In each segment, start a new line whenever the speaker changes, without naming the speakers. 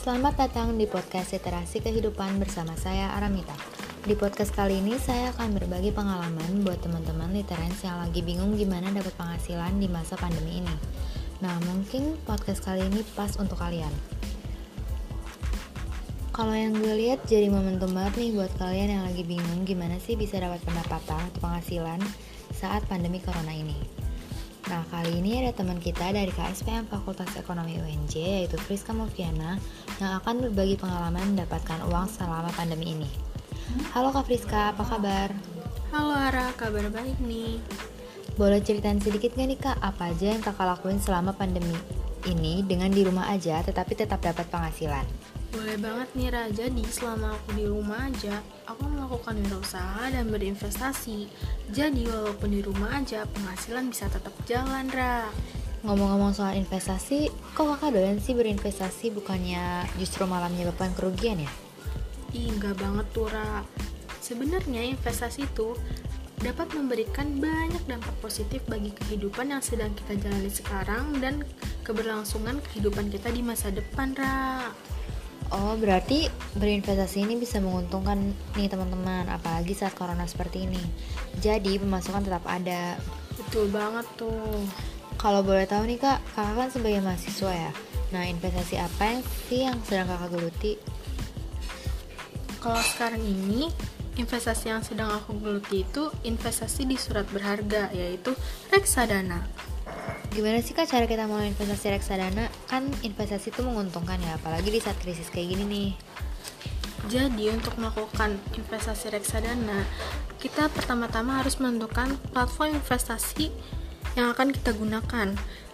Selamat datang di podcast Literasi Kehidupan bersama saya Aramita. Di podcast kali ini saya akan berbagi pengalaman buat teman-teman literans yang lagi bingung gimana dapat penghasilan di masa pandemi ini. Nah, mungkin podcast kali ini pas untuk kalian. Kalau yang gue lihat jadi momentum banget nih buat kalian yang lagi bingung gimana sih bisa dapat pendapatan atau penghasilan saat pandemi corona ini. Nah, kali ini ada teman kita dari KSPM Fakultas Ekonomi UNJ yaitu Friska Mulfiana yang akan berbagi pengalaman mendapatkan uang selama pandemi ini. Halo Kak Friska, apa kabar?
Halo Ara, kabar baik nih.
Boleh ceritain sedikit gak nih Kak, apa aja yang Kakak lakuin selama pandemi ini dengan di rumah aja tetapi tetap dapat penghasilan?
Boleh banget nih Ra, jadi selama aku di rumah aja, aku melakukan wirausaha dan berinvestasi. Jadi walaupun di rumah aja, penghasilan bisa tetap jalan Ra.
Ngomong-ngomong soal investasi, kok Kakak doyan sih berinvestasi bukannya justru malah menyebabkan kerugian ya?
Enggak banget tuh Ra. Sebenarnya investasi itu dapat memberikan banyak dampak positif bagi kehidupan yang sedang kita jalani sekarang dan keberlangsungan kehidupan kita di masa depan Ra.
Oh, berarti berinvestasi ini bisa menguntungkan nih teman-teman, apalagi saat corona seperti ini. Jadi pemasukan tetap ada.
Betul banget tuh.
Kalau boleh tahu nih Kak, Kakak kan sebagai mahasiswa ya. Nah, investasi apa yang sedang Kakak geluti?
Kalau sekarang ini, investasi yang sedang aku geluti itu investasi di surat berharga, yaitu reksadana.
Gimana sih Kak cara kita mulai investasi reksadana? Kan investasi itu menguntungkan ya, apalagi di saat krisis kayak gini nih.
Jadi untuk melakukan investasi reksadana, kita pertama-tama harus menentukan platform investasi yang akan kita gunakan.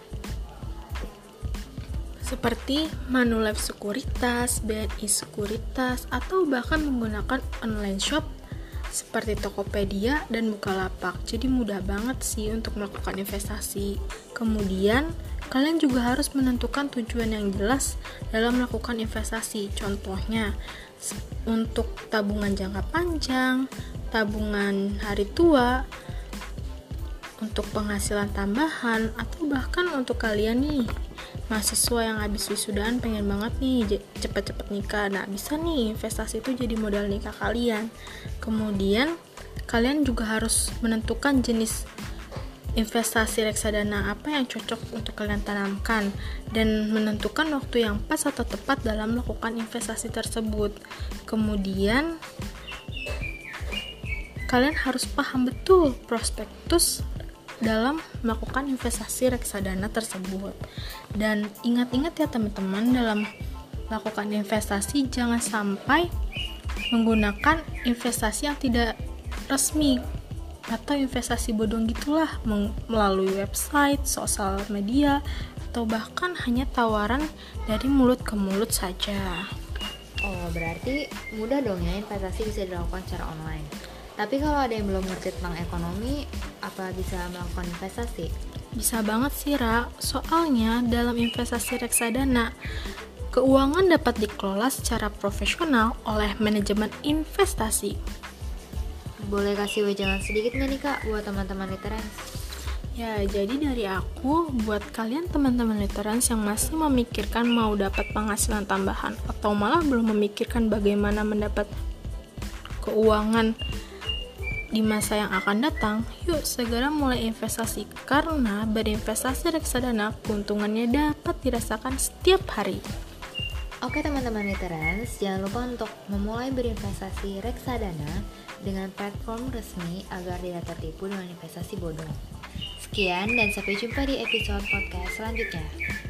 Seperti Manulife Sekuritas, BNI Sekuritas, atau bahkan menggunakan online shop seperti Tokopedia dan Bukalapak. Jadi mudah banget sih untuk melakukan investasi. Kemudian, kalian juga harus menentukan tujuan yang jelas dalam melakukan investasi. Contohnya, untuk tabungan jangka panjang, tabungan hari tua, untuk penghasilan tambahan, atau bahkan untuk kalian nih mahasiswa yang habis wisudaan pengen banget nih cepet-cepet nikah. Nah, bisa nih investasi itu jadi modal nikah kalian. Kemudian kalian juga harus menentukan jenis investasi reksadana apa yang cocok untuk kalian tanamkan dan menentukan waktu yang pas atau tepat dalam melakukan investasi tersebut. Kemudian kalian harus paham betul prospektus dalam melakukan investasi reksadana tersebut. Dan ingat-ingat ya teman-teman, dalam melakukan investasi jangan sampai menggunakan investasi yang tidak resmi atau investasi bodong gitulah, melalui website, sosial media, atau bahkan hanya tawaran dari mulut ke mulut saja.
Oh, berarti mudah dong ya investasi bisa dilakukan secara online. Tapi kalau ada yang belum ngerti tentang ekonomi, apa bisa melakukan investasi?
Bisa banget sih Ra, soalnya dalam investasi reksadana, keuangan dapat dikelola secara profesional oleh manajemen investasi.
Boleh kasih wejangan sedikit nggak nih Kak buat teman-teman literans?
Ya, jadi dari aku, buat kalian teman-teman literans yang masih memikirkan mau dapat penghasilan tambahan atau malah belum memikirkan bagaimana mendapat keuangan di masa yang akan datang, yuk segera mulai investasi karena berinvestasi reksadana keuntungannya dapat dirasakan setiap hari.
Oke teman-teman literans, jangan lupa untuk memulai berinvestasi reksadana dengan platform resmi agar tidak tertipu dengan investasi bodong. Sekian dan sampai jumpa di episode podcast selanjutnya.